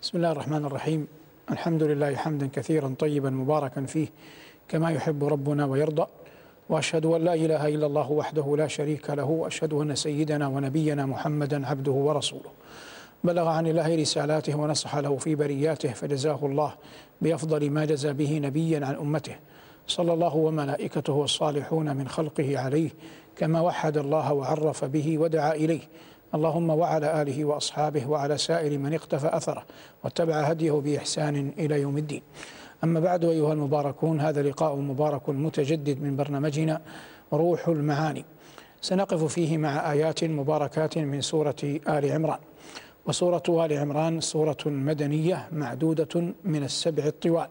بسم الله الرحمن الرحيم. الحمد لله حمدا كثيرا طيبا مباركا فيه كما يحب ربنا ويرضى، وأشهد أن لا إله إلا الله وحده لا شريك له، وأشهد أن سيدنا ونبينا محمدا عبده ورسوله بلغ عن الله رسالاته ونصح له في برياته، فجزاه الله بأفضل ما جزى به نبيا عن أمته، صلى الله وملائكته والصالحون من خلقه عليه، كما وحد الله وعرف به ودعا إليه، اللهم وعلى آله وأصحابه وعلى سائر من اقتفى أثره واتبع هديه بإحسان إلى يوم الدين. أما بعد، أيها المباركون، هذا لقاء مبارك متجدد من برنامجنا روح المعاني، سنقف فيه مع آيات مباركات من سورة آل عمران. وسورة آل عمران سورة مدنية معدودة من السبع الطوال،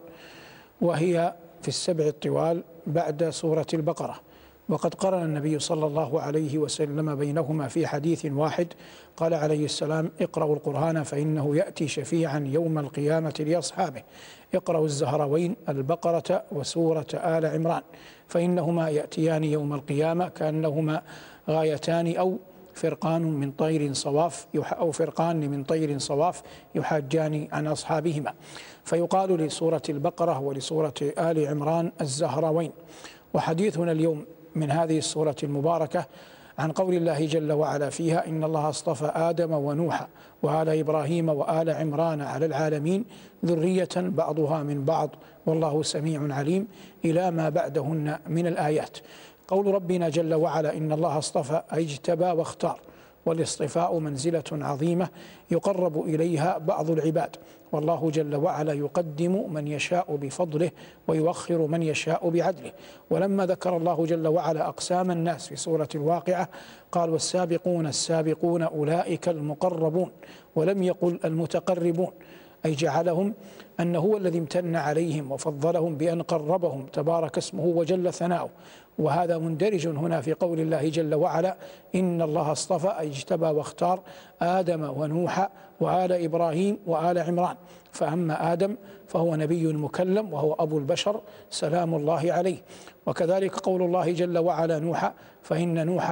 وهي في السبع الطوال بعد سورة البقرة، وقد قرن النبي صلى الله عليه وسلم بينهما في حديث واحد. قال عليه السلام: اقرأوا القرآن فإنه يأتي شفيعا يوم القيامة لأصحابه، اقرأوا الزهروين البقرة وسورة آل عمران فإنهما يأتيان يوم القيامة كأنهما غايتان أو فرقان من طير صواف أو فرقان من طير صواف يحاجان عن أصحابهما. فيقال لسورة البقرة ولسورة آل عمران الزهروين. وحديثنا اليوم من هذه السورة المباركة عن قول الله جل وعلا فيها: إن الله اصطفى آدم ونوحا وآل إبراهيم وآل عمران على العالمين ذرية بعضها من بعض والله سميع عليم، إلى ما بعدهن من الآيات. قول ربنا جل وعلا: إن الله اصطفى أي اجتبى واختار، والاصطفاء منزلة عظيمة يقرب إليها بعض العباد، والله جل وعلا يقدم من يشاء بفضله ويؤخر من يشاء بعدله. ولما ذكر الله جل وعلا أقسام الناس في سورة الواقعة قال: والسابقون السابقون أولئك المقربون، ولم يقل المتقربون، أي جعلهم أنه هو الذي امتن عليهم وفضلهم بأن قربهم تبارك اسمه وجل ثناؤه. وهذا مندرج هنا في قول الله جل وعلا: إن الله اصطفى أي اجتبى واختار آدم ونوح وآل إبراهيم وآل عمران. فأما آدم فهو نبي مكلم وهو أبو البشر سلام الله عليه. وكذلك قول الله جل وعلا: نوح فإن نوح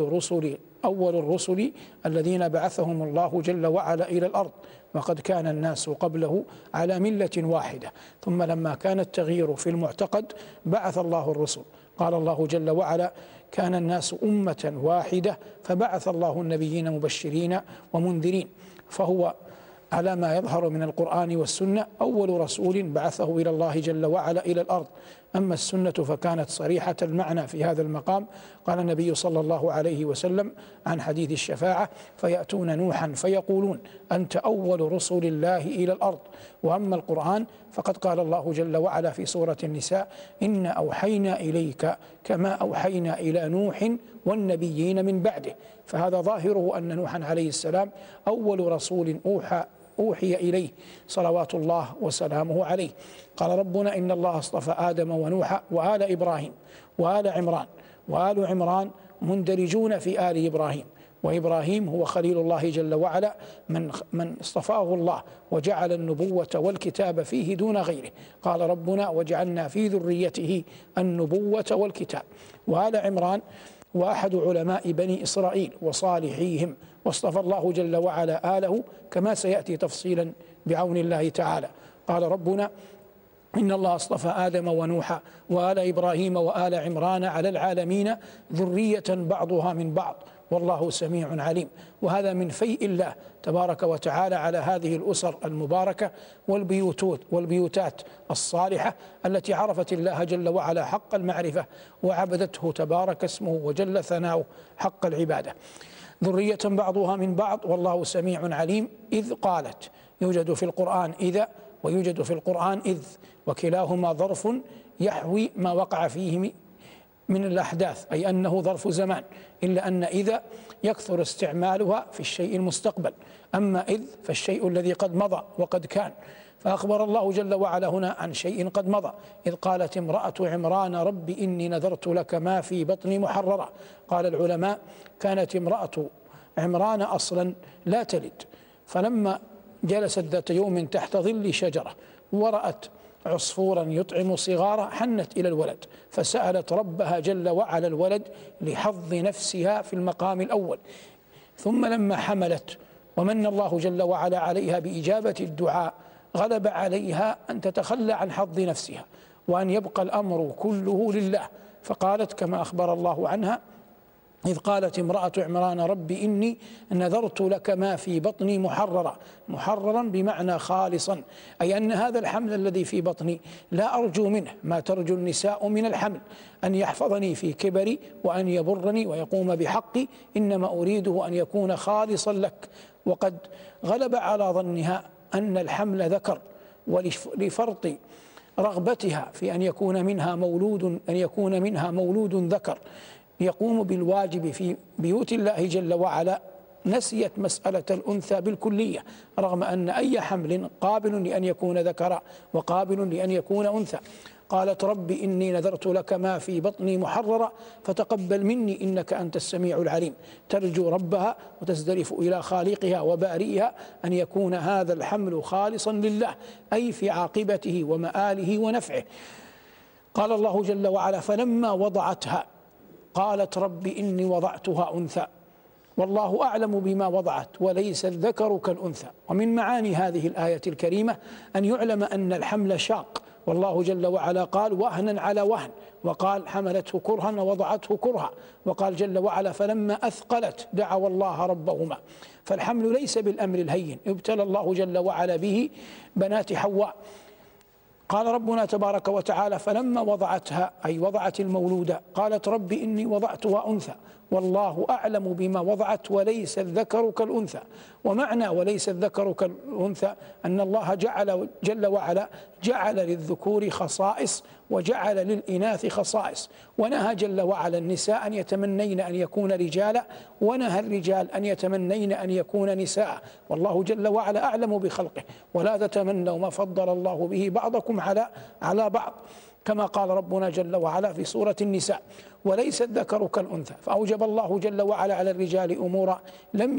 أول الرسل الذين بعثهم الله جل وعلا إلى الأرض، وقد كان الناس قبله على ملة واحدة، ثم لما كان التغيير في المعتقد بعث الله الرسل. قال الله جل وعلا: كان الناس أمة واحدة فبعث الله النبيين مبشرين ومنذرين. فهو على ما يظهر من القرآن والسنة أول رسول بعثه إلى الله جل وعلا إلى الأرض. أما السنة فكانت صريحة المعنى في هذا المقام. قال النبي صلى الله عليه وسلم عن حديث الشفاعة: فيأتون نوحا فيقولون أنت أول رسل الله إلى الأرض. وأما القرآن فقد قال الله جل وعلا في سورة النساء: إنا أوحينا إليك كما أوحينا إلى نوح والنبيين من بعده. فهذا ظاهره أن نوحا عليه السلام أول رسول أوحي إليه صلوات الله وسلامه عليه. قال ربنا: إن الله اصطفى آدم ونوح وآل إبراهيم وآل عمران. وآل عمران مندرجون في آل إبراهيم، وإبراهيم هو خليل الله جل وعلا من اصطفاه الله وجعل النبوة والكتاب فيه دون غيره. قال ربنا: وجعلنا في ذريته النبوة والكتاب. وآل عمران وأحد علماء بني إسرائيل وصالحيهم، واصطفى الله جل وعلا آله كما سيأتي تفصيلا بعون الله تعالى. قال ربنا: إن الله اصطفى آدم ونوح وآل إبراهيم وآل عمران على العالمين ذرية بعضها من بعض والله سميع عليم. وهذا من فيء الله تبارك وتعالى على هذه الأسر المباركة والبيوتات الصالحة التي عرفت الله جل وعلا حق المعرفة وعبدته تبارك اسمه وجل ثناؤه حق العبادة. ذرية بعضها من بعض والله سميع عليم. إذ قالت، يوجد في القرآن إذا ويوجد في القرآن إذ، وكلاهما ظرف يحوي ما وقع فيه من الأحداث، أي أنه ظرف زمان، إلا أن إذا يكثر استعمالها في الشيء المستقبل، أما إذ فالشيء الذي قد مضى وقد كان. فأخبر الله جل وعلا هنا عن شيء قد مضى: إذ قالت امرأة عمران رب إني نذرت لك ما في بطني محررا. قال العلماء: كانت امرأة عمران أصلا لا تلد، فلما جلست ذات يوم تحت ظل شجرة ورأت عصفورا يطعم صغارا حنت إلى الولد، فسألت ربها جل وعلا الولد لحظ نفسها في المقام الأول. ثم لما حملت ومن الله جل وعلا عليها بإجابة الدعاء غلب عليها أن تتخلى عن حظ نفسها وأن يبقى الأمر كله لله، فقالت كما أخبر الله عنها إذ قالت امرأة عمران رب إني نذرت لك ما في بطني محررا بمعنى خالصا، أي أن هذا الحمل الذي في بطني لا أرجو منه ما ترجو النساء من الحمل، أن يحفظني في كبري وأن يبرني ويقوم بحقي، إنما أريده أن يكون خالصا لك. وقد غلب على ظنها أن الحمل ذكر، ولفرط رغبتها في أن يكون منها مولود ذكر يقوم بالواجب في بيوت الله جل وعلا، نسيت مسألة الأنثى بالكلية، رغم أن أي حمل قابل لأن يكون ذكرا وقابل لأن يكون أنثى. قالت رب إني نذرت لك ما في بطني محررا فتقبل مني إنك أنت السميع العليم، ترجو ربها وتزدرف إلى خالقها وبارئها أن يكون هذا الحمل خالصا لله، أي في عاقبته ومآله ونفعه. قال الله جل وعلا فلما وضعتها قالت رب إني وضعتها أنثى والله أعلم بما وضعت وليس الذكر كالأنثى. ومن معاني هذه الآية الكريمة أن يعلم أن الحمل شاق، والله جل وعلا قال وهنا على وهن، وقال حملته كرها ووضعته كرها، وقال جل وعلا فلما أثقلت دعوا الله ربهما. فالحمل ليس بالأمر الهين، ابتلى الله جل وعلا به بنات حواء. قال ربنا تبارك وتعالى فلما وضعتها أي وضعت المولودة قالت رب إني وضعتها أنثى والله أعلم بما وضعت وليس الذكر كالأنثى. ومعنى وليس الذكر كالأنثى أن الله جل وعلا جعل للذكور خصائص وجعل للإناث خصائص، ونهى جل وعلا النساء أن يتمنين أن يكون رجالا، ونهى الرجال أن يتمنين أن يكون نساء، والله جل وعلا أعلم بخلقه. ولا تتمنوا ما فضل الله به بعضكم على بعض، كما قال ربنا جل وعلا في سورة النساء وليس الذكر كالأنثى. فأوجب الله جل وعلا على الرجال أمورا لم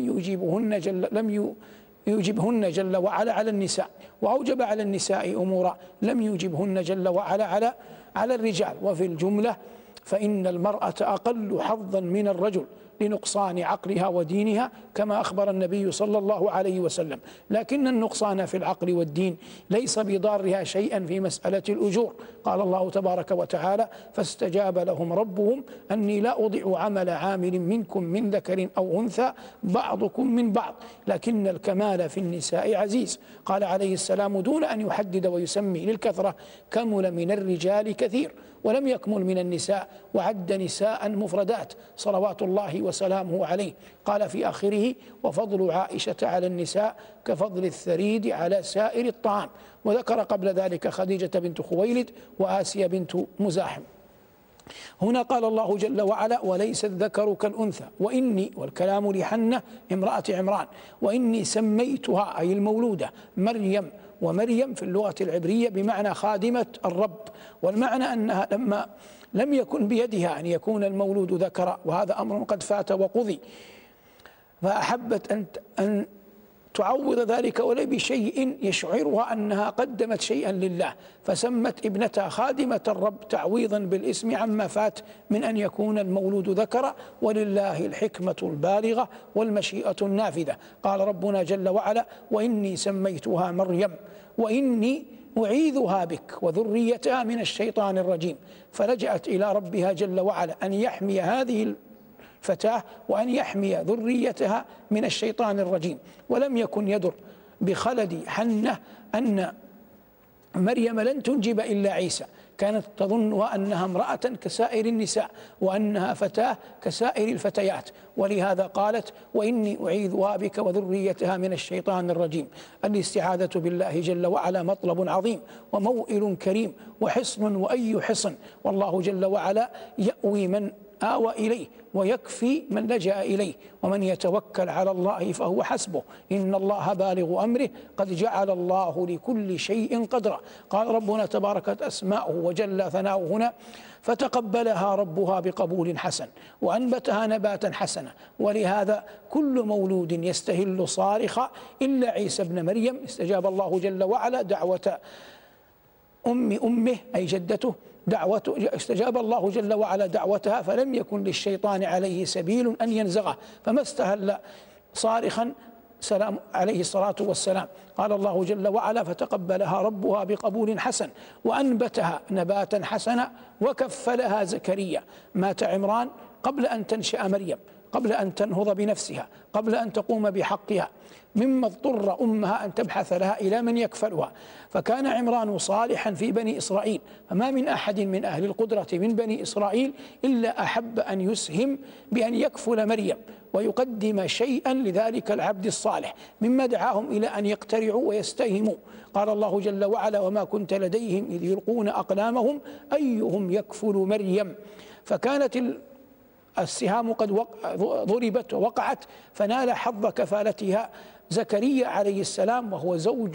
يوجبهن جل وعلا على النساء، وأوجب على النساء أمورا لم يوجبهن جل وعلا على الرجال. وفي الجملة فإن المرأة أقل حظا من الرجل لنقصان عقلها ودينها كما أخبر النبي صلى الله عليه وسلم، لكن النقصان في العقل والدين ليس بضارها شيئا في مسألة الأجور. قال الله تبارك وتعالى فاستجاب لهم ربهم أني لا أضيع عمل عامل منكم من ذكر أو أنثى بعضكم من بعض لكن الكمال في النساء عزيز. قال عليه السلام دون أن يحدد ويسمي للكثرة كمل من الرجال كثير ولم يكمل من النساء، وعد نساء مفردات صلوات الله وسلامه عليه. قال في آخره وفضل عائشة على النساء كفضل الثريد على سائر الطعام، وذكر قبل ذلك خديجة بنت خويلد وآسيا بنت مزاحم. هنا قال الله جل وعلا وليس الذكر كالأنثى وإني، والكلام لحنة امرأة عمران، وإني سميتها أي المولودة مريم، ومريم في اللغة العبرية بمعنى خادمة الرب، والمعنى أنها لما لم يكن بيدها أن يكون المولود ذكرا، وهذا أمر قد فات وقضي، فأحبت أن تعوض ذلك ولو بشيء يشعرها أنها قدمت شيئا لله، فسمت ابنتها خادمة الرب تعويضا بالاسم عما فات من أن يكون المولود ذكرا، ولله الحكمة البالغة والمشيئة النافذة. قال ربنا جل وعلا وإني سميتها مريم وإني أعيذها بك وذريتها من الشيطان الرجيم، فلجأت إلى ربها جل وعلا أن يحمي هذه فتاة وأن يحمي ذريتها من الشيطان الرجيم. ولم يكن يدر بخلد حنة أن مريم لن تنجب إلا عيسى، كانت تظن أنها امرأة كسائر النساء وأنها فتاة كسائر الفتيات، ولهذا قالت وإني أعيذها بك وذريتها من الشيطان الرجيم. الاستعاذة بالله جل وعلا مطلب عظيم وموئل كريم وحصن وأي حصن، والله جل وعلا يأوي من آوى إليه ويكفي من لجأ إليه، ومن يتوكل على الله فهو حسبه إن الله بالغ أمره قد جعل الله لكل شيء قدرا. قال ربنا تباركت أسماؤه وجل ثناؤه هنا فتقبلها ربها بقبول حسن وأنبتها نباتا حسنا، ولهذا كل مولود يستهل صارخا إلا عيسى ابن مريم استجاب الله جل وعلا دعوة أمه أي جدته، استجاب الله جل وعلا دعوتها، فلم يكن للشيطان عليه سبيل أن ينزغه، فما استهل صارخا سلام عليه الصلاة والسلام. قال الله جل وعلا: فتقبلها ربها بقبول حسن وأنبتها نباتا حسنا وكفلها زكريا. مات عمران قبل أن تنشأ مريم، قبل أن تنهض بنفسها، قبل أن تقوم بحقها، مما اضطر أمها أن تبحث لها إلى من يكفلها. فكان عمران صالحا في بني إسرائيل، فما من أحد من أهل القدرة من بني إسرائيل إلا أحب أن يسهم بأن يكفل مريم ويقدم شيئا لذلك العبد الصالح، مما دعاهم إلى أن يقترعوا ويستهموا. قال الله جل وعلا: وما كنت لديهم إذ يلقون أقلامهم أيهم يكفل مريم. فكانت السهام قد ضربت ووقعت، فنال حظ كفالتها زكريا عليه السلام، وهو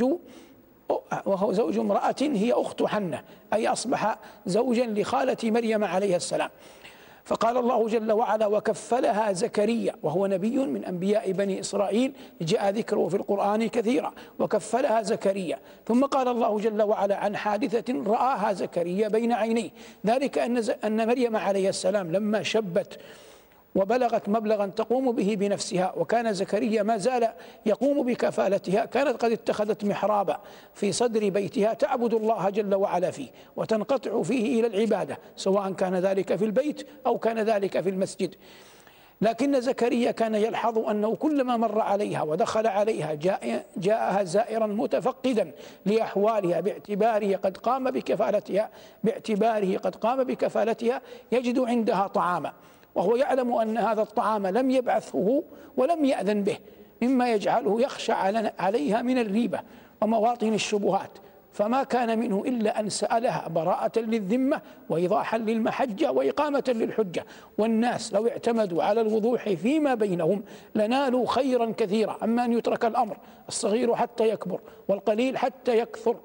زوج امرأة هي أخت حنة، أي أصبح زوجا لخالة مريم عليه السلام. فقال الله جل وعلا: وكفلها زكريا، وهو نبي من أنبياء بني إسرائيل جاء ذكره في القرآن كثيرا، وكفلها زكريا. ثم قال الله جل وعلا عن حادثة رآها زكريا بين عينيه، ذلك أن مريم عليه السلام لما شبت وبلغت مبلغا تقوم به بنفسها، وكان زكريا ما زال يقوم بكفالتها، كانت قد اتخذت محرابا في صدر بيتها تعبد الله جل وعلا فيه وتنقطع فيه إلى العبادة، سواء كان ذلك في البيت أو كان ذلك في المسجد. لكن زكريا كان يلحظ أنه كلما مر عليها ودخل عليها جاءها زائرا متفقدا لأحوالها باعتباره قد قام بكفالتها يجد عندها طعاما، وهو يعلم أن هذا الطعام لم يبعثه ولم يأذن به، مما يجعله يخشى عليها من الريبة ومواطن الشبهات، فما كان منه إلا أن سألها براءة للذمة وإيضاحا للمحجة وإقامة للحجة. والناس لو اعتمدوا على الوضوح فيما بينهم لنالوا خيرا كثيرا، أما أن يترك الأمر الصغير حتى يكبر والقليل حتى يكثر،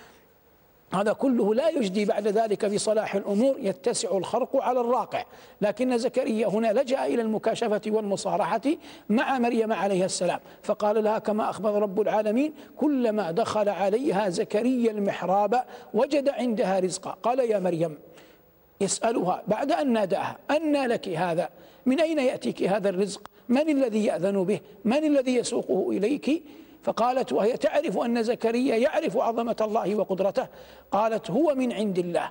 هذا كله لا يجدي بعد ذلك في صلاح الأمور، يتسع الخرق على الراقع. لكن زكريا هنا لجأ إلى المكاشفة والمصارحة مع مريم عليه السلام، فقال لها كما أخبر رب العالمين: كلما دخل عليها زكريا المحراب وجد عندها رزقا قال يا مريم، يسألها بعد أن ناداها: أنى لك هذا؟ من أين يأتيك هذا الرزق؟ من الذي يأذن به؟ من الذي يسوقه إليك؟ فقالت وهي تعرف أن زكريا يعرف عظمة الله وقدرته، قالت: هو من عند الله.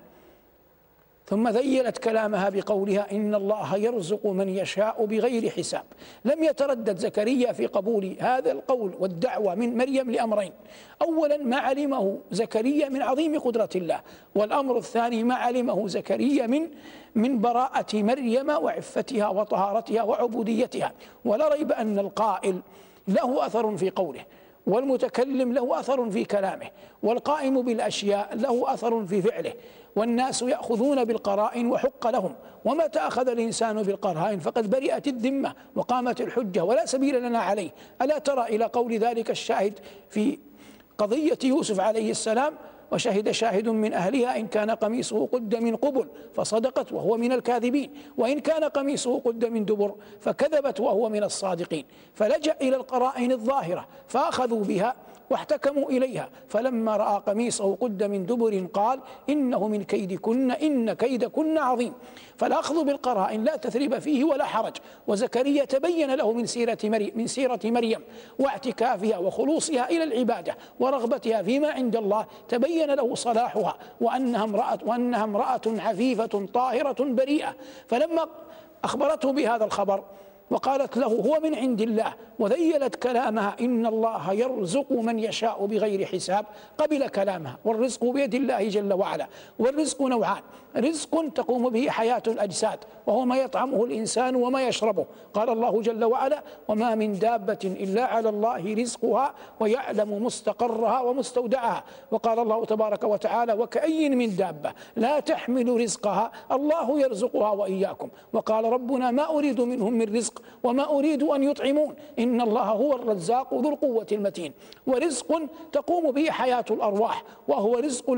ثم ذيلت كلامها بقولها: إن الله يرزق من يشاء بغير حساب. لم يتردد زكريا في قبول هذا القول والدعوة من مريم لأمرين: أولا ما علمه زكريا من عظيم قدرة الله، والأمر الثاني ما علمه زكريا من براءة مريم وعفتها وطهارتها وعبوديتها. ولا ريب أن القائل له أثر في قوله، والمتكلم له أثر في كلامه، والقائم بالأشياء له أثر في فعله، والناس يأخذون بالقرائن وحق لهم، ومتى أخذ الإنسان بالقرائن فقد برئت الذمة وقامت الحجة ولا سبيل لنا عليه. ألا ترى إلى قول ذلك الشاهد في قضية يوسف عليه السلام: وشهد شاهد من أهلها إن كان قميصه قد من قبل فصدقت وهو من الكاذبين، وإن كان قميصه قد من دبر فكذبت وهو من الصادقين. فلجأ إلى القرائن الظاهرة فأخذوا بها واحتكموا إليها، فلما رأى قميصه قد من دبر قال إنه من كيدكن إن كيدكن عظيم. فالأخذ بالقرائن لا تثريب فيه ولا حرج. وزكريا تبين له من سيرة مريم واعتكافها وخلوصها إلى العبادة ورغبتها فيما عند الله، تبين له صلاحها وأنها امرأة عفيفة طاهرة بريئة. فلما أخبرته بهذا الخبر وقالت له هو من عند الله، وذيلت كلامها إن الله يرزق من يشاء بغير حساب، قبل كلامها. والرزق بيد الله جل وعلا. والرزق نوعان: رزق تقوم به حياة الأجساد وهو ما يطعمه الإنسان وما يشربه. قال الله جل وعلا: وما من دابة إلا على الله رزقها ويعلم مستقرها ومستودعها. وقال الله تبارك وتعالى: وكأي من دابة لا تحمل رزقها الله يرزقها وإياكم. وقال ربنا: ما أريد منهم من رزق وما أريد أن يطعمون إن الله هو الرزاق ذو القوة المتين. ورزق تقوم به حياة الأرواح وهو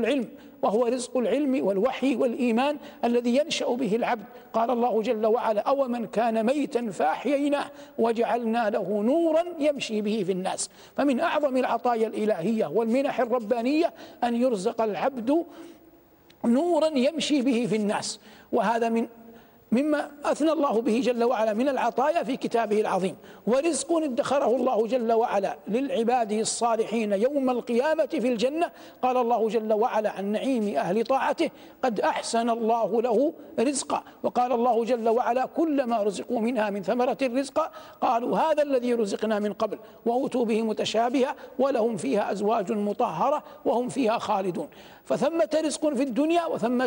رزق العلم والوحي والإيمان الذي ينشأ به العبد. قال الله جل وعلا: أو من كان ميتا فأحييناه وجعلنا له نورا يمشي به في الناس. فمن أعظم العطايا الإلهية والمنح الربانية أن يرزق العبد نورا يمشي به في الناس، وهذا مما أثنى الله به جل وعلا من العطايا في كتابه العظيم. ورزق ادخره الله جل وعلا للعباده الصالحين يوم القيامة في الجنة. قال الله جل وعلا عن نعيم أهل طاعته: قد أحسن الله له رزقا. وقال الله جل وعلا: كلما رزقوا منها من ثمرة رزقا قالوا هذا الذي رزقنا من قبل وأوتوا به متشابها ولهم فيها أزواج مطهرة وهم فيها خالدون. فثمة رزق في الدنيا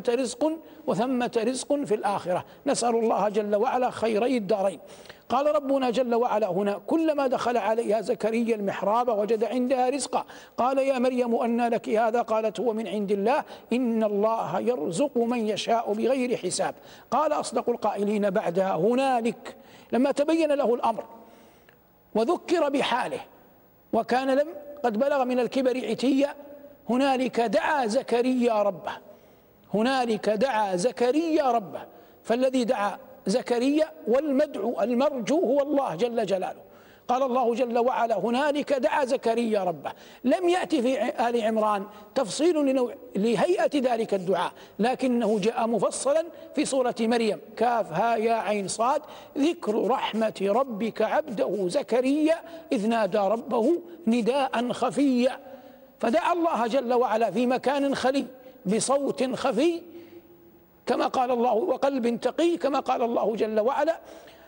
وثمة رزق في الآخرة. نسأل الله جل وعلا خيري الدارين. قال ربنا جل وعلا هنا: كلما دخل عليها زكريا المحراب وجد عندها رزقا قال يا مريم أنى لك هذا؟ قالت هو من عند الله إن الله يرزق من يشاء بغير حساب. قال أصدق القائلين بعدها هنالك لما تبين له الأمر وذكر بحاله وكان قد بلغ من الكبر عتيا: هنالك دعا زكريا ربه. هنالك دعا زكريا ربه. فالذي دعا زكريا والمدعو المرجو هو الله جل جلاله. قال الله جل وعلا: هنالك دعا زكريا ربه. لم يأتي في آل عمران تفصيل لهيئة ذلك الدعاء، لكنه جاء مفصلا في سورة مريم: كاف ها يا عين صاد ذكر رحمة ربك عبده زكريا إذ نادى ربه نداء خفيا. فدعا الله جل وعلا في مكان خلي بصوت خفي كما قال الله، وقلب تقي كما قال الله جل وعلا: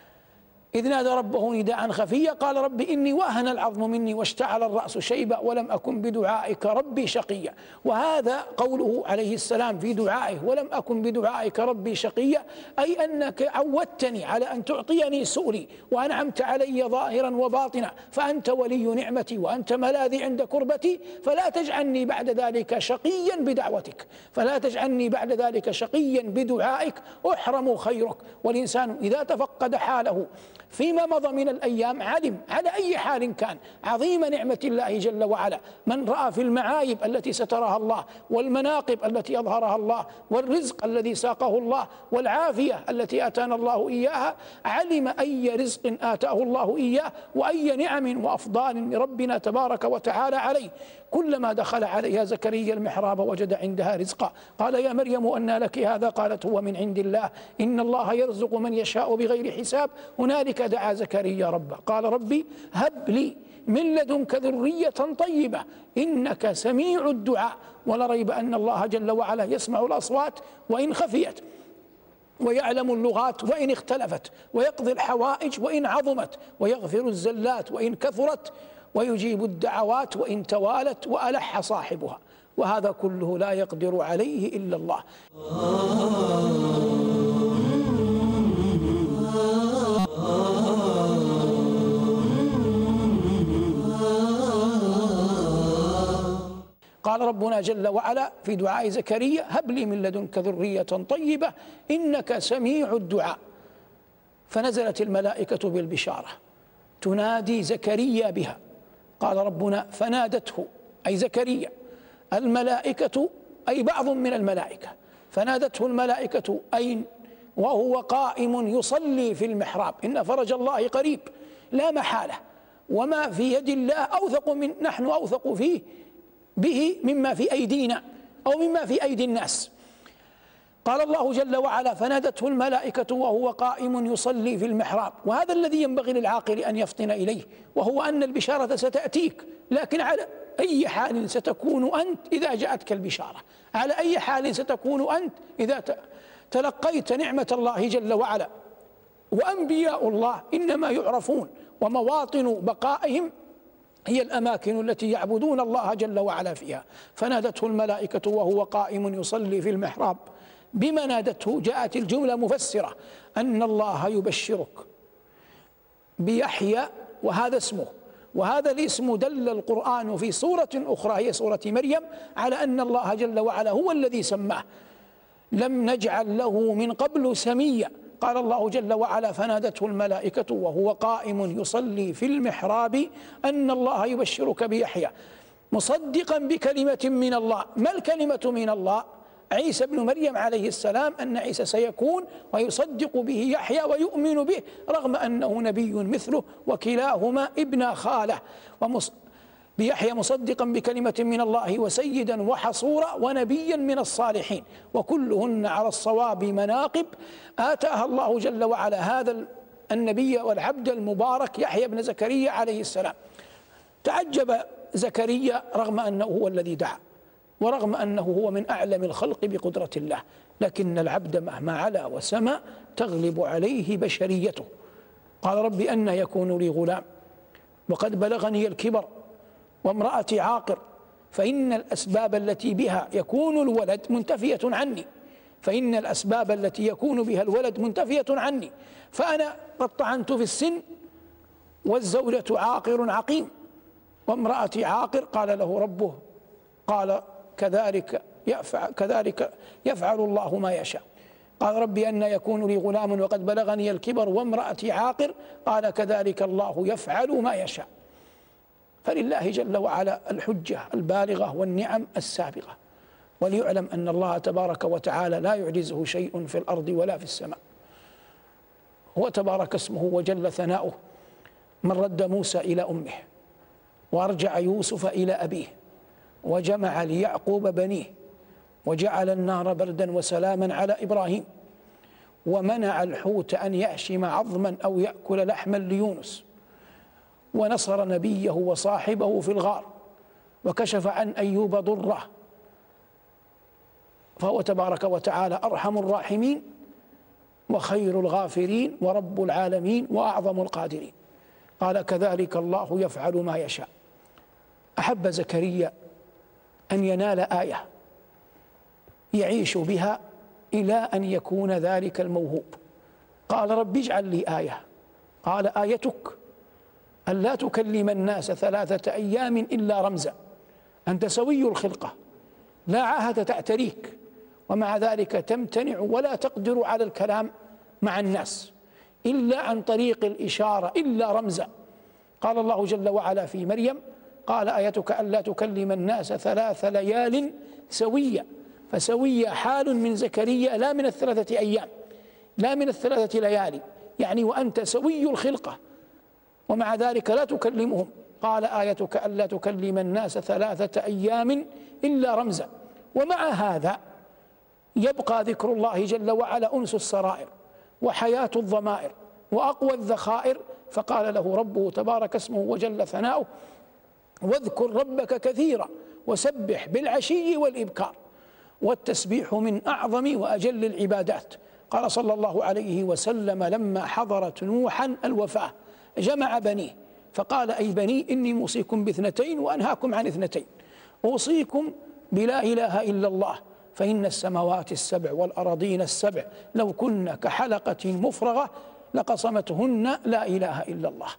إذ نادى ربه نداء خفيا قال رب إني وهن العظم مني واشتعل الرأس شيبا ولم أكن بدعائك ربي شقيا. وهذا قوله عليه السلام في دعائه: ولم أكن بدعائك ربي شقيا، أي أنك عودتني على أن تعطيني سؤلي وأنعمت علي ظاهرا وباطنا، فأنت ولي نعمتي وأنت ملاذي عند كربتي، فلا تجعلني بعد ذلك شقيا بدعوتك، فلا تجعلني بعد ذلك شقيا بدعائك أحرم خيرك. والإنسان إذا تفقد حاله فيما مضى من الأيام علم على أي حال كان عظيم نعمة الله جل وعلا. من رأى في المعايب التي سترها الله والمناقب التي أظهرها الله والرزق الذي ساقه الله والعافية التي أتانا الله إياها علم أي رزق آتاه الله إياه وأي نعم وأفضال من ربنا تبارك وتعالى عليه. كلما دخل عليها زكريا المحراب وجد عندها رزقا قال يا مريم أنى لك هذا؟ قالت هو من عند الله إن الله يرزق من يشاء بغير حساب. هنالك دعا زكريا ربه قال ربي هب لي من لدنك ذرية طيبة إنك سميع الدعاء. ولا ريب أن الله جل وعلا يسمع الأصوات وإن خفيت، ويعلم اللغات وإن اختلفت، ويقضي الحوائج وإن عظمت، ويغفر الزلات وإن كثرت، ويجيب الدعوات وإن توالت وألح صاحبها. وهذا كله لا يقدر عليه إلا الله. قال ربنا جل وعلا في دعاء زكريا هب لي من لدنك ذرية طيبة إنك سميع الدعاء. فنزلت الملائكة بالبشارة تنادي زكريا بها. قال ربنا فنادته أي زكريا الملائكة أي بعض من الملائكة، فنادته الملائكة أين وهو قائم يصلي في المحراب إن فرج الله قريب لا محالة، وما في يد الله أوثق من نحن أوثق فيه به مما في أيدينا أو مما في أيدي الناس. قال الله جل وعلا فنادته الملائكة وهو قائم يصلي في المحراب. وهذا الذي ينبغي للعاقل أن يفطن إليه، وهو أن البشارة ستأتيك، لكن على أي حال ستكون أنت إذا جاءتك البشارة؟ على أي حال ستكون أنت إذا تلقيت نعمة الله جل وعلا؟ وأنبياء الله إنما يعرفون ومواطن بقائهم هي الأماكن التي يعبدون الله جل وعلا فيها. فنادته الملائكة وهو قائم يصلي في المحراب. بما نادته جاءت الجملة مفسرة أن الله يبشرك بيحيى وهذا اسمه، وهذا الاسم دل القرآن في سورة أخرى هي سورة مريم على أن الله جل وعلا هو الذي سماه. لم نجعل له من قبل سميا. قال الله جل وعلا فنادته الملائكة وهو قائم يصلي في المحراب أن الله يبشرك بيحيى مصدقا بكلمة من الله. ما الكلمة من الله؟ عيسى ابن مريم عليه السلام، أن عيسى سيكون ويصدق به يحيى ويؤمن به رغم أنه نبي مثله وكلاهما ابن خالة. بيحيى مصدقا بكلمة من الله وسيدا وحصورا ونبيا من الصالحين، وكلهن على الصواب مناقب آتاها الله جل وعلا هذا النبي والعبد المبارك يحيى بن زكريا عليه السلام. تعجب زكريا رغم أنه هو الذي دعا، ورغم أنه هو من أعلم الخلق بقدرة الله، لكن العبد مهما علا وسمى تغلب عليه بشريته. قال رب أنى يكون لي غلام وقد بلغني الكبر وامرأتي عاقر، فإن الأسباب التي بها يكون الولد منتفية عني، فإن الأسباب التي يكون بها الولد منتفية عني، فأنا قد طعنت في السن والزوجة عاقر عقيم وامرأتي عاقر. قال له ربه قال كذلك يفعل الله ما يشاء. قال رب أنى يكون لي غلام وقد بلغني الكبر وامرأتي عاقر، قال كذلك الله يفعل ما يشاء. فلله جل وعلا الحجة البالغة والنعم السابقة. وليعلم أن الله تبارك وتعالى لا يعجزه شيء في الأرض ولا في السماء. هو تبارك اسمه وجل ثناؤه من رد موسى إلى أمه، وأرجع يوسف إلى أبيه، وجمع ليعقوب بنيه، وجعل النار بردا وسلاما على إبراهيم، ومنع الحوت أن يأشم عظما أو يأكل لحما ليونس، ونصر نبيه وصاحبه في الغار، وكشف عن أيوب ضره، فهو تبارك وتعالى أرحم الراحمين وخير الغافرين ورب العالمين وأعظم القادرين. قال كذلك الله يفعل ما يشاء. أحب زكريا أن ينال آية يعيش بها إلى أن يكون ذلك الموهوب. قال رب اجعل لي آية. قال آيتك ألا تكلم الناس 3 أيام إلا رمزا، أنت سوي الخلقة لا عاهة تعتريك، ومع ذلك تمتنع ولا تقدر على الكلام مع الناس إلا عن طريق الإشارة إلا رمزا. قال الله جل وعلا في مريم قال آيتك ألا تكلم الناس 3 ليال سويا، فسوية حال من زكريا لا من 3 أيام، لا من 3 ليالي، يعني وأنت سوي الخلقة ومع ذلك لا تكلمهم. قال آيتك ألا تكلم الناس 3 أيام إلا رمزا. ومع هذا يبقى ذكر الله جل وعلا أنس السرائر وحياة الضمائر وأقوى الذخائر. فقال له ربه تبارك اسمه وجل ثناؤه واذكر ربك كثيرا وسبح بالعشي والإبكار، والتسبيح من أعظم وأجل العبادات. قال صلى الله عليه وسلم لما حضرت نوحا الوفاة جمع بنيه فقال أي بني إني موصيكم ب2 وأنهاكم عن 2، أوصيكم بلا إله إلا الله، فإن السماوات ال7 والأراضين ال7 لو كن كحلقة مفرغة لقصمتهن لا إله إلا الله،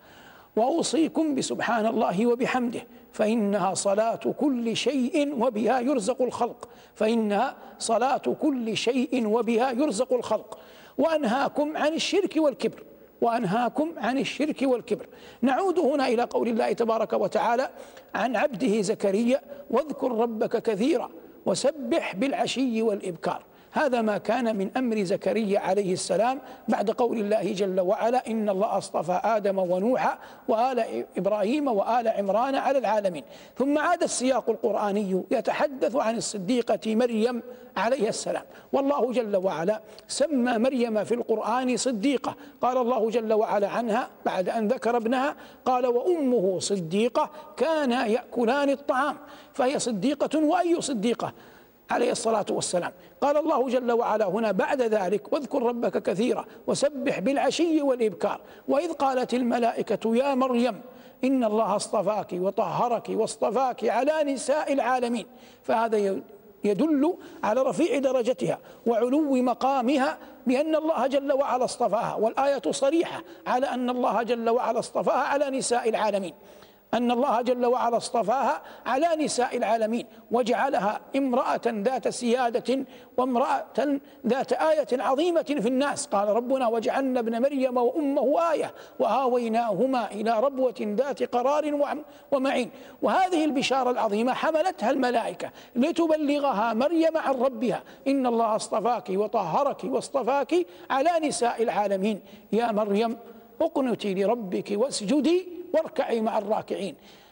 وأوصيكم بسبحان الله وبحمده فإنها صلاة كل شيء وبها يرزق الخلق، فإنها صلاة كل شيء وبها يرزق الخلق، وأنهاكم عن الشرك والكبر، وأنهاكم عن الشرك والكبر. نعود هنا إلى قول الله تبارك وتعالى عن عبده زكريا واذكر ربك كثيرا وسبح بالعشي والإبكار. هذا ما كان من أمر زكريا عليه السلام بعد قول الله جل وعلا إن الله اصطفى آدم ونوحا وآل إبراهيم وآل عمران على العالمين. ثم عاد السياق القرآني يتحدث عن الصديقة مريم عليه السلام، والله جل وعلا سمى مريم في القرآن صديقة. قال الله جل وعلا عنها بعد أن ذكر ابنها قال وأمه صديقة كانا يأكلان الطعام، فهي صديقة وأي صديقة عليه الصلاة والسلام. قال الله جل وعلا هنا بعد ذلك واذكر ربك كثيرا وسبح بالعشي والإبكار. وإذ قالت الملائكة يا مريم إن الله اصطفاك وطهرك واصطفاك على نساء العالمين، فهذا يدل على رفيع درجتها وعلو مقامها بأن الله جل وعلا اصطفاها، والآية صريحة على أن الله جل وعلا اصطفاها على نساء العالمين، أن الله جل وعلا اصطفاها على نساء العالمين وجعلها امرأة ذات سيادة وامرأة ذات آية عظيمة في الناس. قال ربنا وجعلنا ابن مريم وأمه آية وآويناهما إلى ربوة ذات قرار ومعين. وهذه البشارة العظيمة حملتها الملائكة لتبلغها مريم عن ربها إن الله اصطفاك وطهرك واصطفاك على نساء العالمين يا مريم اقنتي لربك واسجدي واركعي مع الراكعين.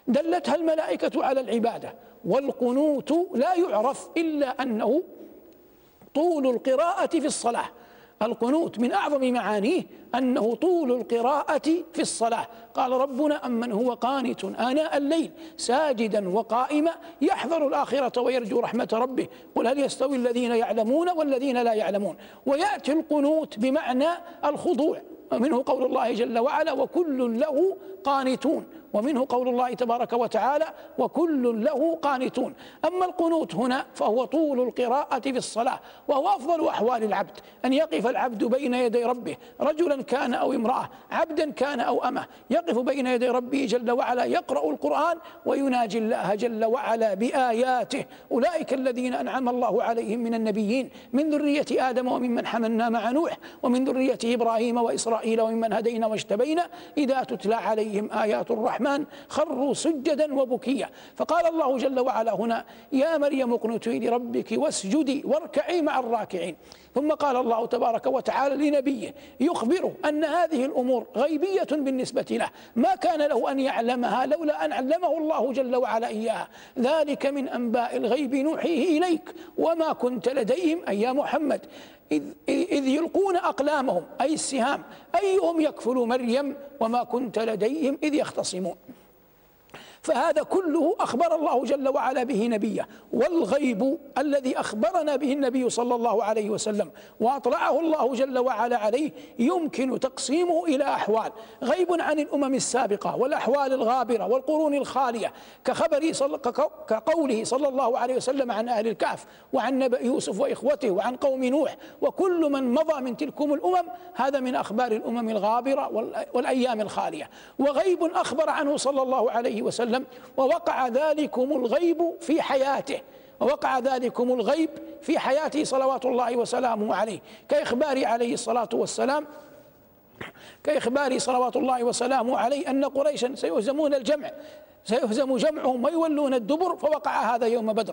دلتها الملائكة على العبادة. والقنوت لا يعرف إلا أنه طول القراءة في الصلاة. القنوت من أعظم معانيه أنه طول القراءة في الصلاة. قال ربنا: أمن هو قانت آناء الليل ساجدا وقائما يحذر الآخرة ويرجو رحمة ربه قل هل يستوي الذين يعلمون والذين لا يعلمون. ويأتي القنوت بمعنى الخضوع، ومنه قول الله جل وعلا: وكل له قانتون، ومنه قول الله تبارك وتعالى: وكل له قانتون. أما القنوت هنا فهو طول القراءة في الصلاة، وهو أفضل أحوال العبد، أن يقف العبد بين يدي ربه، رجلا كان أو امرأة، عبدا كان أو أمة، يقف بين يدي ربه جل وعلا يقرأ القرآن ويناجي الله جل وعلا بآياته. أولئك الذين أنعم الله عليهم من النبيين من ذرية آدم وممن حملنا مع نوح ومن ذرية إبراهيم وإسرائيل وممن هدينا واجتبينا إذا تتلى عليهم آيات الرحمن خروا سجدا وبكيا. فقال الله جل وعلا هنا: يا مريم اقنتي لربك واسجدي واركعي مع الراكعين. ثم قال الله تبارك وتعالى لنبيه يخبره أن هذه الأمور غيبية بالنسبة له، ما كان له أن يعلمها لولا أن علمه الله جل وعلا إياها. ذلك من أنباء الغيب نوحيه إليك وما كنت لديهم أي يا محمد إذ يلقون أقلامهم أي السهام أيهم يكفل مريم وما كنت لديهم إذ يختصمون. فهذا كله أخبر الله جل وعلا به نبيه. والغيب الذي أخبرنا به النبي صلى الله عليه وسلم وأطلعه الله جل وعلا عليه يمكن تقسيمه إلى أحوال: غيب عن الأمم السابقة والأحوال الغابرة والقرون الخالية، كقوله صلى الله عليه وسلم عن أهل الكهف وعن نبأ يوسف وإخوته وعن قوم نوح وكل من مضى من تلكم الأمم، هذا من أخبار الأمم الغابرة والأيام الخالية. وغيب أخبر عنه صلى الله عليه وسلم ووقع ذلكم الغيب في حياته، ووقع ذلكم الغيب في حياته صلوات الله وسلامه عليه، كإخبار عليه الصلاة والسلام صلوات الله وسلامه عليه أن قريشا سيهزمون الجمع، سيهزم جمعهم ويولون الدبر، فوقع هذا يوم بدر.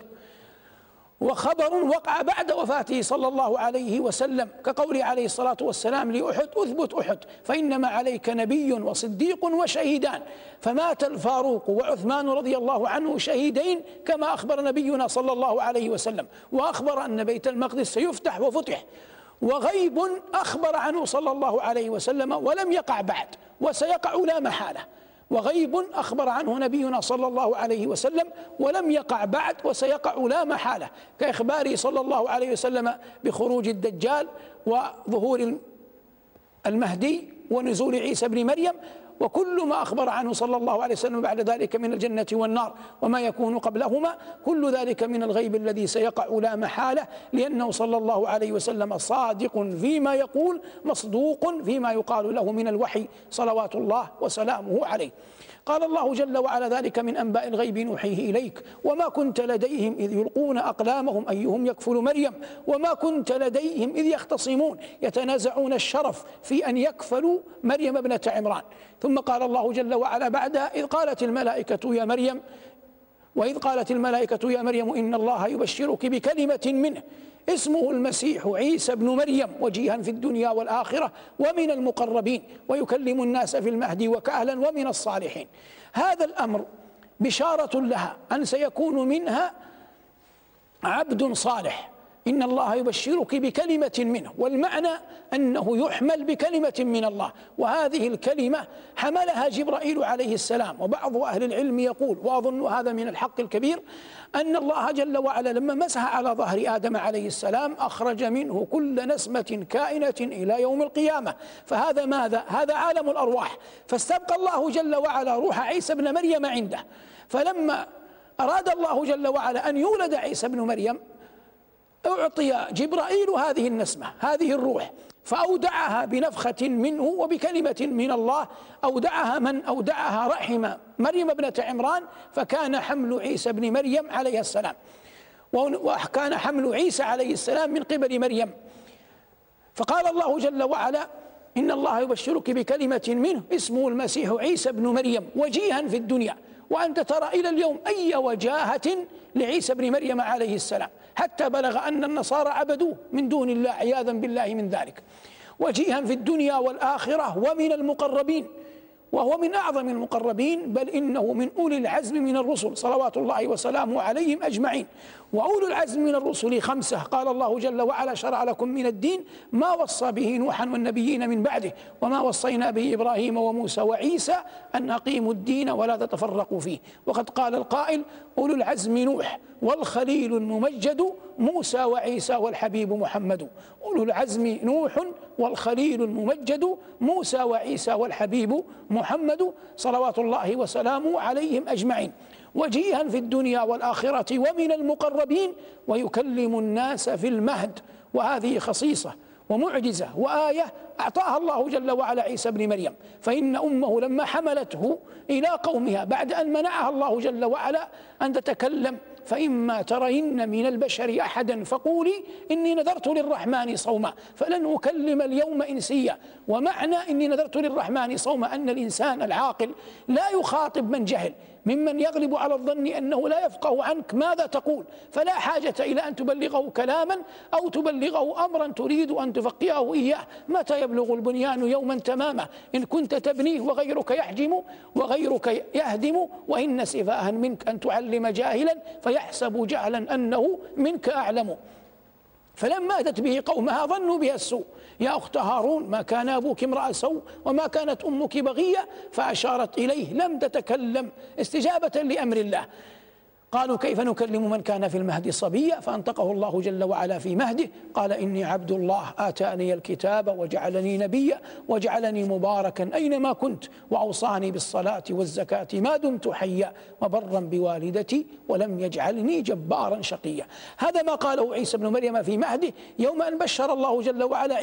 وخبر وقع بعد وفاته صلى الله عليه وسلم كقوله عليه الصلاة والسلام لأحد: أثبت أحد فإنما عليك نبي وصديق وشهيدان، فمات الفاروق وعثمان رضي الله عنه شهيدين كما أخبر نبينا صلى الله عليه وسلم، وأخبر أن بيت المقدس سيفتح وفتح. وغيب أخبر عنه صلى الله عليه وسلم ولم يقع بعد وسيقع لا محالة. وغيب أخبر عنه نبينا صلى الله عليه وسلم ولم يقع بعد وسيقع لا محالة، كإخباره صلى الله عليه وسلم بخروج الدجال وظهور المهدي ونزول عيسى بن مريم، وكل ما أخبر عنه صلى الله عليه وسلم بعد ذلك من الجنة والنار وما يكون قبلهما، كل ذلك من الغيب الذي سيقع لا محالة، لأنه صلى الله عليه وسلم صادق فيما يقول مصدوق فيما يقال له من الوحي صلوات الله وسلامه عليه. قال الله جل وعلا: ذلك من أنباء الغيب نوحيه إليك وما كنت لديهم إذ يلقون أقلامهم أيهم يكفل مريم وما كنت لديهم إذ يختصمون يتنازعون الشرف في أن يكفلوا مريم ابنة عمران. ثم قال الله جل وعلا بعدها: إذ قالت الملائكة يا مريم وإذ قالت الملائكة يا مريم إن الله يبشرك بكلمة منه اسمه المسيح عيسى بن مريم وجيها في الدنيا والآخرة ومن المقربين ويكلم الناس في المهد وكهلا ومن الصالحين. هذا الأمر بشارة لها أن سيكون منها عبد صالح. إن الله يبشرك بكلمة منه، والمعنى أنه يحمل بكلمة من الله، وهذه الكلمة حملها جبرائيل عليه السلام. وبعض أهل العلم يقول، وأظن هذا من الحق الكبير، أن الله جل وعلا لما مسح على ظهر آدم عليه السلام أخرج منه كل نسمة كائنة إلى يوم القيامة. فهذا ماذا؟ هذا عالم الأرواح. فاستبقى الله جل وعلا روح عيسى بن مريم عنده، فلما أراد الله جل وعلا أن يولد عيسى بن مريم أعطي جبرائيل هذه النسمة، هذه الروح، فأودعها بنفخة منه وبكلمة من الله. أودعها من أودعها رحم مريم ابنة عمران، فكان حمل عيسى بن مريم عليه السلام، وكان حمل عيسى عليه السلام من قبل مريم. فقال الله جل وعلا: إن الله يبشرك بكلمة منه اسمه المسيح عيسى بن مريم وجيها في الدنيا. وأنت ترى إلى اليوم أي وجاهة لعيسى بن مريم عليه السلام، حتى بلغ أن النصارى عبدوه من دون الله عياذا بالله من ذلك. وجيها في الدنيا والآخرة ومن المقربين. وهو من أعظم المقربين، بل إنه من أولي العزم من الرسل صلوات الله وسلامه عليهم أجمعين. وأولو العزم من الرسل 5، قال الله جل وعلا: شرع لكم من الدين ما وصى به نوحا والنبيين من بعده وما وصينا به إبراهيم وموسى وعيسى أن أقيموا الدين ولا تتفرقوا فيه. وقد قال القائل: أولو العزم نوح والخليل الممجد موسى وعيسى والحبيب محمد. أولو العزم نوح والخليل الممجد موسى وعيسى والحبيب محمد صلوات الله وسلامه عليهم أجمعين. وجيها في الدنيا والآخرة ومن المقربين، ويكلم الناس في المهد. وهذه خصيصة ومعجزة وآية أعطاها الله جل وعلا عيسى بن مريم، فإن أمه لما حملته إلى قومها بعد أن منعها الله جل وعلا أن تتكلم: فإما ترين من البشر أحدا فقولي إني نذرت للرحمن صوما فلن أكلم اليوم إنسيا. ومعنى إني نذرت للرحمن صوما أن الإنسان العاقل لا يخاطب من جهل، ممن يغلب على الظن أنه لا يفقه عنك ماذا تقول، فلا حاجة إلى أن تبلغه كلاما أو تبلغه أمرا تريد أن تفقهه إياه. متى يبلغ البنيان يوما تماما إن كنت تبنيه وغيرك يحجم وغيرك يهدم، وإن سفاها منك أن تعلم جاهلا فيحسب جهلا أنه منك أعلم. فلما أتت به قومها ظنوا بها السوء: يا أخت هارون ما كان أبوك امرأ سوء وما كانت أمك بغية، فأشارت إليه لم تتكلم استجابة لأمر الله. قالوا: كيف نكلم من كان في المهد صبيا؟ فأنطقه الله جل وعلا في مهده، قال: إني عبد الله آتاني الكتاب وجعلني نبيا وجعلني مباركا أينما كنت وأوصاني بالصلاة والزكاة ما دمت حيا وبرا بوالدتي ولم يجعلني جبارا شقيا. هذا ما قاله عيسى بن مريم في مهده يوم أن بشر الله جل وعلا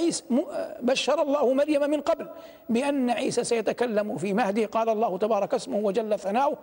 بشر الله مريم من قبل بأن عيسى سيتكلم في مهده. قال الله تبارك اسمه وجل ثناؤه: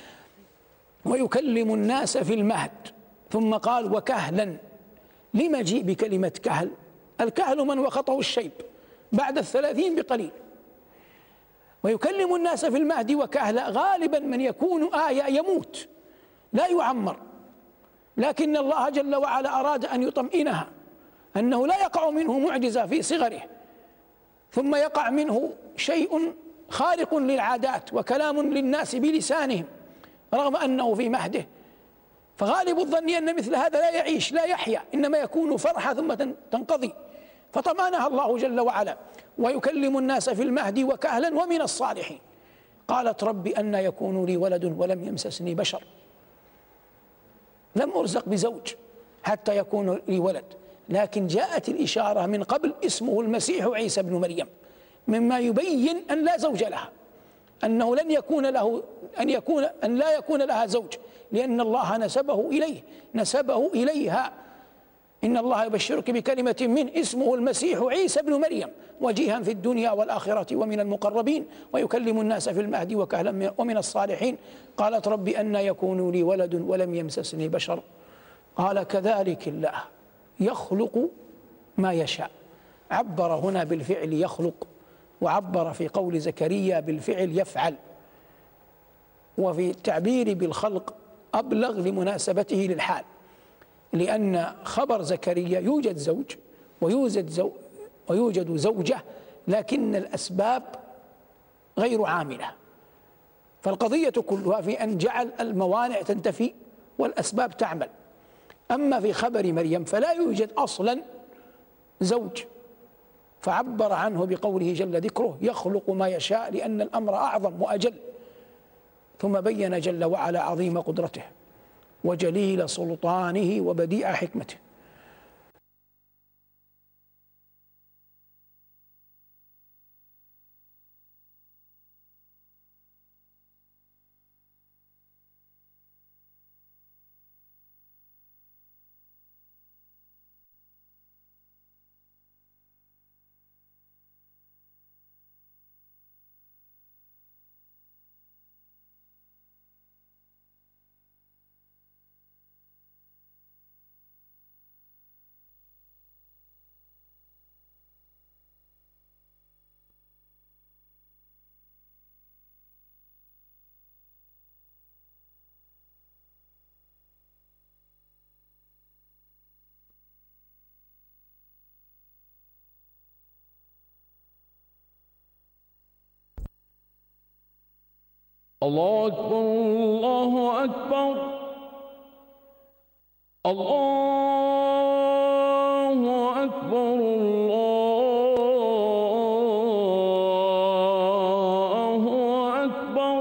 ويكلم الناس في المهد. ثم قال: وكهلا. لما جيء بكلمة كهل؟ الكهل من وخطه الشيب بعد 30 بقليل. ويكلم الناس في المهد وكهلا، غالبا من يكون آية يموت لا يعمر، لكن الله جل وعلا أراد أن يطمئنها أنه لا يقع منه معجزة في صغره ثم يقع منه شيء خارق للعادات وكلام للناس بلسانهم رغم أنه في مهده. فغالب الظن أن مثل هذا لا يعيش لا يحيا، إنما يكون فرحة ثم تنقضي. فطمأنها الله جل وعلا: ويكلم الناس في المهد وكهلا ومن الصالحين. قالت: رب أن يكون لي ولد ولم يمسسني بشر، لم أرزق بزوج حتى يكون لي ولد. لكن جاءت الإشارة من قبل: اسمه المسيح عيسى بن مريم، مما يبين أن لا زوج لها، أنه لن يكون له أن لا يكون لها زوج، لأن الله نسبه إليها. إن الله يبشرك بكلمة من اسمه المسيح عيسى بن مريم وجيها في الدنيا والآخرة ومن المقربين ويكلم الناس في المهد وكهلا ومن الصالحين. قالت: رب أن يكون لي ولد ولم يمسسني بشر. قال: كذلك الله يخلق ما يشاء. عبر هنا بالفعل يخلق، وعبر في قول زكريا بالفعل يفعل، وفي التعبير بالخلق أبلغ لمناسبته للحال، لأن خبر زكريا يوجد زوج ويوجد زوجة، لكن الأسباب غير عاملة. فالقضية كلها في أن جعل الموانع تنتفي والأسباب تعمل. أما في خبر مريم فلا يوجد أصلا زوج، فعبر عنه بقوله جل ذكره يخلق ما يشاء، لأن الأمر أعظم وأجل. ثم بين جل وعلا عظيم قدرته وجليل سلطانه وبديع حكمته. الله أكبر الله أكبر الله أكبر الله أكبر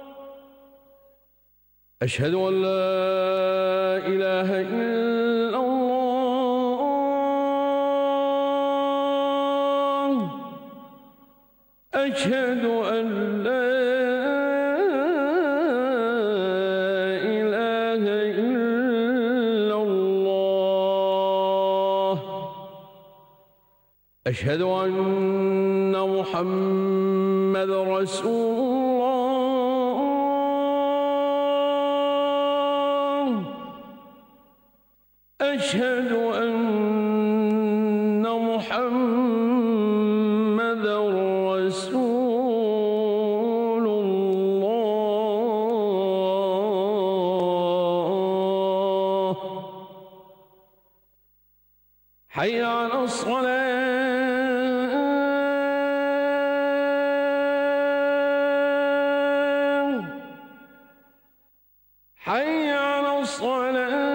أشهد أن لا إله إلا الله أشهد أن لا أشهد أن محمد رسول الله أشهد أن محمد رسول الله حي على الصلاة حي على الصلاة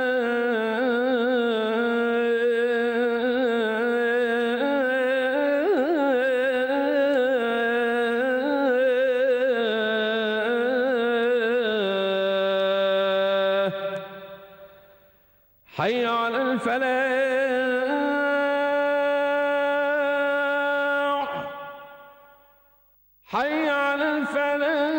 حي على الفلاح حي على الفلاح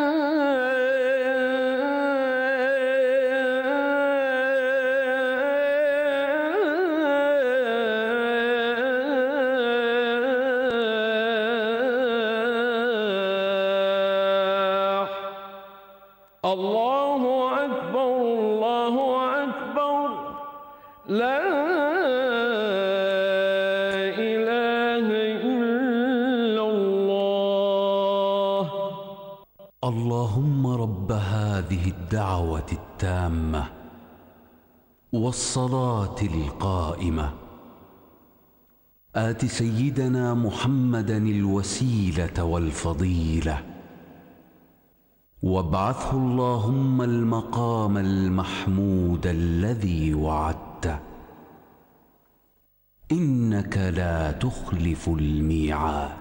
الله أكبر الله أكبر لا إله إلا الله. اللهم رب هذه الدعوة التامة والصلاة القائمة آت سيدنا محمدا الوسيلة والفضيلة وابعثه اللهم المقام المحمود الذي وعدته إنك لا تخلف الميعاد.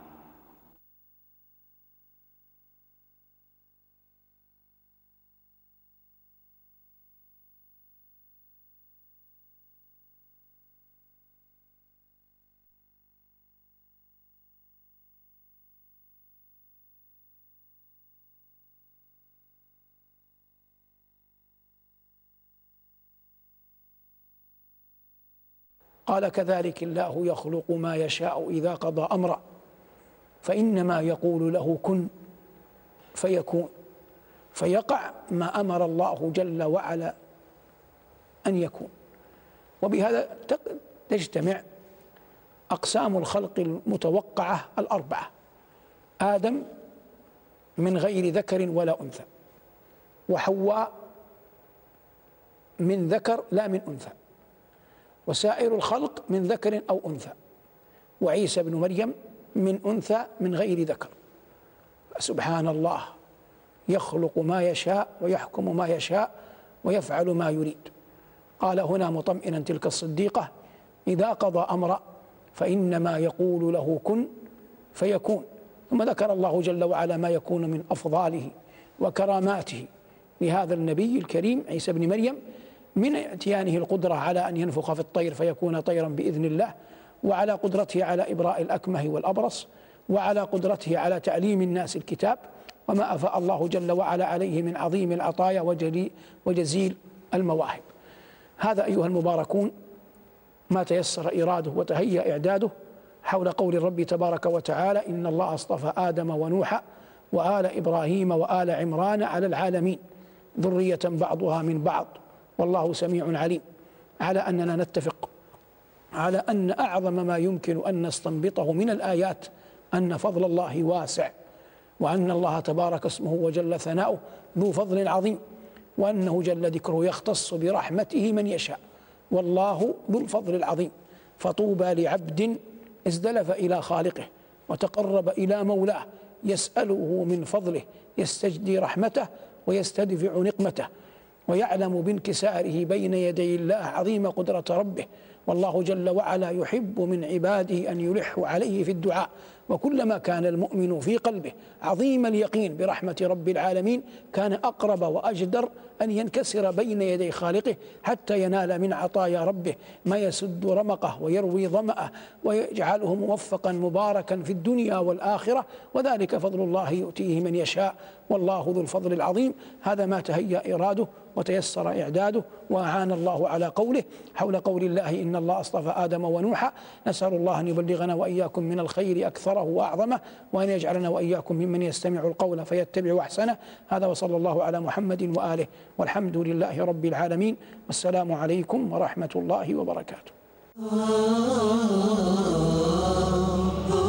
قال كذلك الله يخلق ما يشاء إذا قضى أمرا فإنما يقول له كن فيكون، فيقع ما أمر الله جل وعلا أن يكون. وبهذا تجتمع أقسام الخلق المتوقعة الأربعة: آدم من غير ذكر ولا أنثى، وحواء من ذكر لا من أنثى، وسائر الخلق من ذكر أو أنثى، وعيسى بن مريم من أنثى من غير ذكر. سبحان الله، يخلق ما يشاء ويحكم ما يشاء ويفعل ما يريد. قال هنا مطمئنا تلك الصديقة: إذا قضى أمرا فإنما يقول له كن فيكون. ثم ذكر الله جل وعلا ما يكون من أفضاله وكراماته لهذا النبي الكريم عيسى بن مريم، من اتيانه القدرة على أن ينفخ في الطير فيكون طيرا بإذن الله، وعلى قدرته على إبراء الأكمه والأبرص، وعلى قدرته على تعليم الناس الكتاب، وما أفاء الله جل وعلا عليه من عظيم العطايا وجزيل المواهب. هذا أيها المباركون ما تيسر إراده وتهيأ إعداده حول قول الرب تبارك وتعالى: إن الله اصطفى آدم ونوحا وآل إبراهيم وآل عمران على العالمين ذرية بعضها من بعض والله سميع عليم. على أننا نتفق على أن أعظم ما يمكن أن نستنبطه من الآيات أن فضل الله واسع، وأن الله تبارك اسمه وجل ثناؤه ذو فضل عظيم، وأنه جل ذكره يختص برحمته من يشاء، والله ذو الفضل العظيم. فطوبى لعبد ازدلف إلى خالقه وتقرب إلى مولاه يسأله من فضله، يستجدي رحمته ويستدفع نقمته، ويعلم بانكساره بين يدي الله عظيم قدرة ربه. والله جل وعلا يحب من عباده أن يلحوا عليه في الدعاء، وكلما كان المؤمن في قلبه عظيم اليقين برحمة رب العالمين كان أقرب وأجدر أن ينكسر بين يدي خالقه حتى ينال من عطايا ربه ما يسد رمقه ويروي ظمأه ويجعله موفقا مباركا في الدنيا والآخرة، وذلك فضل الله يؤتيه من يشاء، والله ذو الفضل العظيم. هذا ما تهيأ إراده وتيسر إعداده وأعان الله على قوله حول قول الله إن الله اصطفى آدم ونوحا. نسأل الله أن يبلغنا وإياكم من الخير أكثره وأعظمه، وأن يجعلنا وإياكم ممن يستمع القول فيتبع أحسنه. هذا وصلى الله على محمد وآله، والحمد لله رب العالمين، والسلام عليكم ورحمة الله وبركاته.